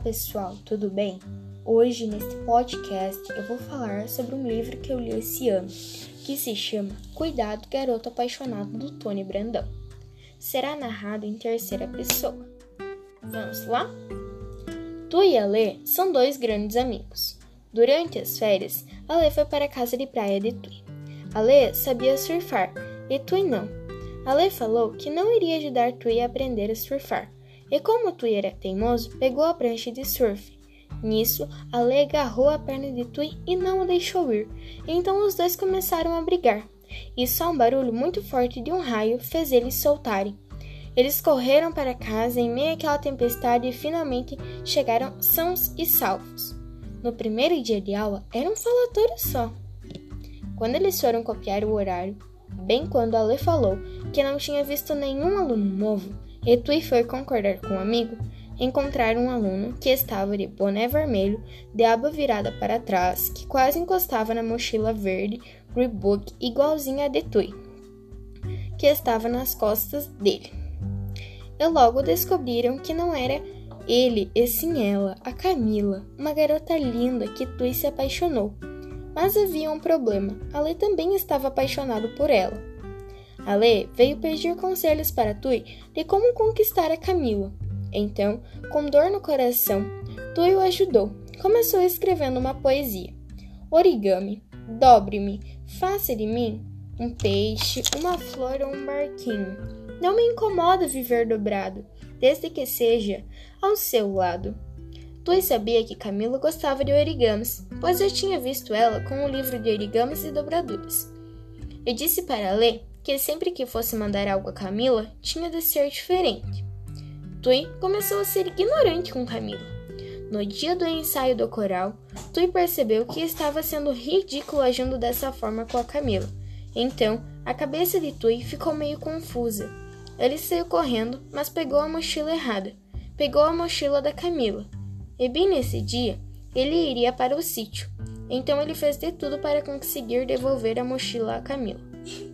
Olá pessoal, tudo bem? Hoje neste podcast eu vou falar sobre um livro que eu li esse ano, que se chama Cuidado, Garoto Apaixonado, do Tony Brandão. Será narrado em terceira pessoa. Vamos lá? Tu e a Lê são dois grandes amigos. Durante as férias, a Lê foi para a casa de praia de Tui. A Lê sabia surfar e Tui não. A Lê falou que não iria ajudar Tui a aprender a surfar. E como Tui era teimoso, pegou a prancha de surf. Nisso, a Lê agarrou a perna de Tui e não o deixou ir. Então os dois começaram a brigar. E só um barulho muito forte de um raio fez eles soltarem. Eles correram para casa em meio àquela tempestade e finalmente chegaram sãos e salvos. No primeiro dia de aula, era um falatório só. Quando eles foram copiar o horário, bem quando a Lê falou que não tinha visto nenhum aluno novo, e Tui foi concordar com um amigo, encontraram um aluno que estava de boné vermelho, de aba virada para trás, que quase encostava na mochila verde Reebok igualzinha a de Tui, que estava nas costas dele. E logo descobriram que não era ele, e sim ela, a Camila, uma garota linda que Tui se apaixonou. Mas havia um problema, a Lê também estava apaixonado por ela. A Lê veio pedir conselhos para Tui de como conquistar a Camila. Então, com dor no coração, Tui o ajudou. Começou escrevendo uma poesia. Origami, dobre-me, faça de mim um peixe, uma flor ou um barquinho. Não me incomoda viver dobrado, desde que seja ao seu lado. Tui sabia que Camila gostava de origamis, pois já tinha visto ela com um livro de origamis e dobraduras. E disse para Lê que sempre que fosse mandar algo a Camila, tinha de ser diferente. Tui começou a ser ignorante com Camila. No dia do ensaio do coral, Tui percebeu que estava sendo ridículo agindo dessa forma com a Camila. Então, a cabeça de Tui ficou meio confusa. Ele saiu correndo, mas pegou a mochila errada. Pegou a mochila da Camila. E bem nesse dia, ele iria para o sítio. Então ele fez de tudo para conseguir devolver a mochila a Camila.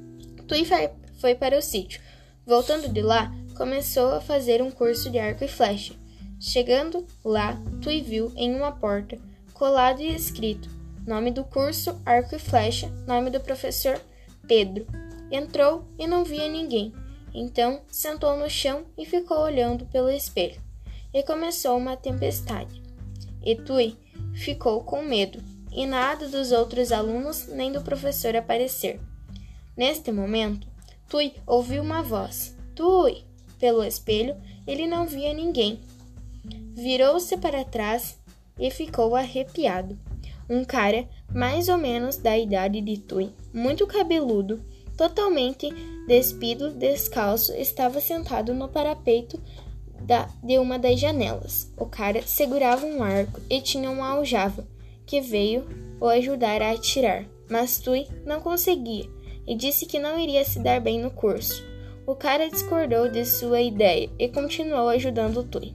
Tui foi para o sítio. Voltando de lá, começou a fazer um curso de arco e flecha. Chegando lá, Tui viu em uma porta, colado e escrito, nome do curso, arco e flecha, nome do professor, Pedro. Entrou e não via ninguém. Então, sentou no chão e ficou olhando pelo espelho. E começou uma tempestade. E Tui ficou com medo, e nada dos outros alunos nem do professor aparecer. Neste momento, Tui ouviu uma voz. Tui! Pelo espelho, ele não via ninguém. Virou-se para trás e ficou arrepiado. Um cara, mais ou menos da idade de Tui, muito cabeludo, totalmente despido, descalço, estava sentado no parapeito de uma das janelas. O cara segurava um arco e tinha uma aljava, que veio o ajudar a atirar, mas Tui não conseguia e disse que não iria se dar bem no curso. O cara discordou de sua ideia e continuou ajudando Tui.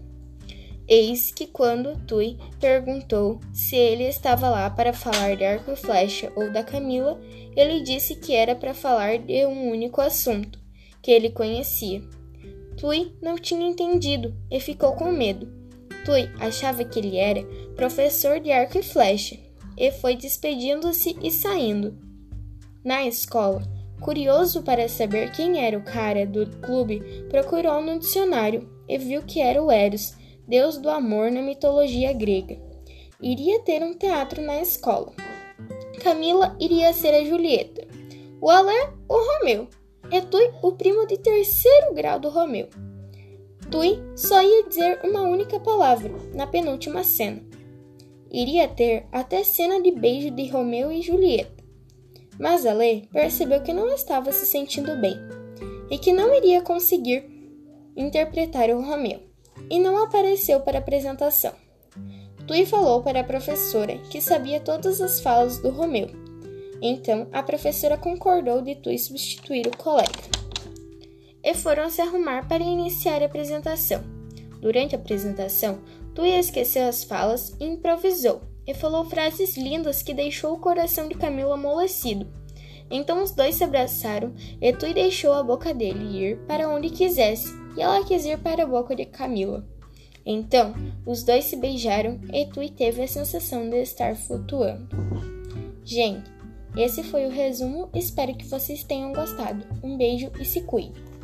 Eis que quando Tui perguntou se ele estava lá para falar de arco e flecha ou da Camila, ele disse que era para falar de um único assunto, que ele conhecia. Tui não tinha entendido e ficou com medo. Tui achava que ele era professor de arco e flecha e foi despedindo-se e saindo. Na escola, curioso para saber quem era o cara do clube, procurou no dicionário e viu que era o Eros, deus do amor na mitologia grega. Iria ter um teatro na escola. Camila iria ser a Julieta, o Alé, o Romeu, e Tui, o primo de terceiro grau do Romeu. Tui só ia dizer uma única palavra na penúltima cena. Iria ter até cena de beijo de Romeu e Julieta. Mas a Lê percebeu que não estava se sentindo bem e que não iria conseguir interpretar o Romeu, e não apareceu para a apresentação. Tui falou para a professora que sabia todas as falas do Romeu. Então a professora concordou de Tui substituir o colega. E foram se arrumar para iniciar a apresentação. Durante a apresentação, Tui esqueceu as falas e improvisou. E falou frases lindas que deixou o coração de Camila amolecido. Então os dois se abraçaram e Tui deixou a boca dele ir para onde quisesse e ela quis ir para a boca de Camila. Então, os dois se beijaram e Tui teve a sensação de estar flutuando. Gente, esse foi o resumo. Espero que vocês tenham gostado. Um beijo e se cuide!